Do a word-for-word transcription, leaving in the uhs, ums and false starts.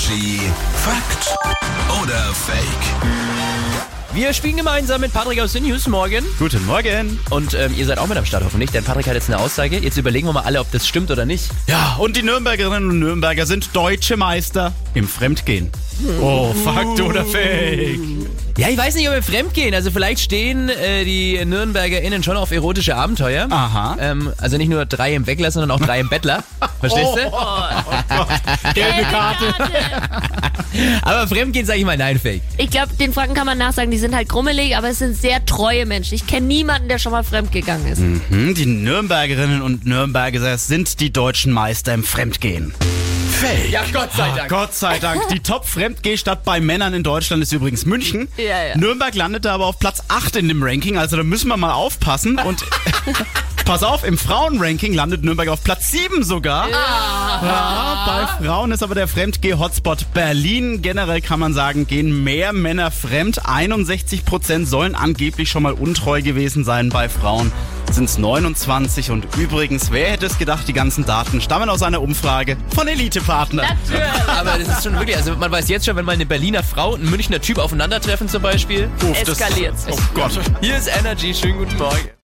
Energy Fakt oder Fake? Wir spielen gemeinsam mit Patrick aus den News morgen. Guten Morgen. Und ähm, ihr seid auch mit am Start hoffentlich, denn Patrick hat jetzt eine Aussage. Jetzt überlegen wir mal alle, ob das stimmt oder nicht. Ja, und die Nürnbergerinnen und Nürnberger sind deutsche Meister im Fremdgehen. Oh, Fakt oder Fake? Ja, ich weiß nicht, ob wir fremdgehen. Also vielleicht stehen äh, die NürnbergerInnen schon auf erotische Abenteuer. Aha. Ähm, also nicht nur drei im Weckler, sondern auch drei im Bettler. Verstehst Oh, du? oh, oh Gott. Gelbe Karte. Aber fremdgehen sage ich mal nein, Fake. Ich glaube, den Franken kann man nachsagen, die sind halt grummelig, aber es sind sehr treue Menschen. Ich kenne niemanden, der schon mal fremdgegangen ist. Hm, die Nürnbergerinnen und Nürnberger sind die deutschen Meister im Fremdgehen. Fake. Ja, Gott sei Dank. Gott sei Dank. Die Top-Fremdgehstadt bei Männern in Deutschland ist übrigens München. Ja, ja. Nürnberg landete aber auf Platz acht in dem Ranking, also da müssen wir mal aufpassen. Und pass auf, im Frauenranking landet Nürnberg auf Platz sieben sogar. Ja, bei Frauen ist aber der Fremdgeh-Hotspot Berlin. Generell kann man sagen, gehen mehr Männer fremd. einundsechzig Prozent sollen angeblich schon mal untreu gewesen sein. Bei Frauen sind es neunundzwanzig. Und übrigens, wer hätte es gedacht, die ganzen Daten stammen aus einer Umfrage von Elite-Partner. Aber das ist schon wirklich, also man weiß jetzt schon, wenn mal eine Berliner Frau und ein Münchner Typ aufeinandertreffen zum Beispiel. Uff, das- Eskaliert's. Oh Gott. Hier ist Energy, schönen guten Morgen.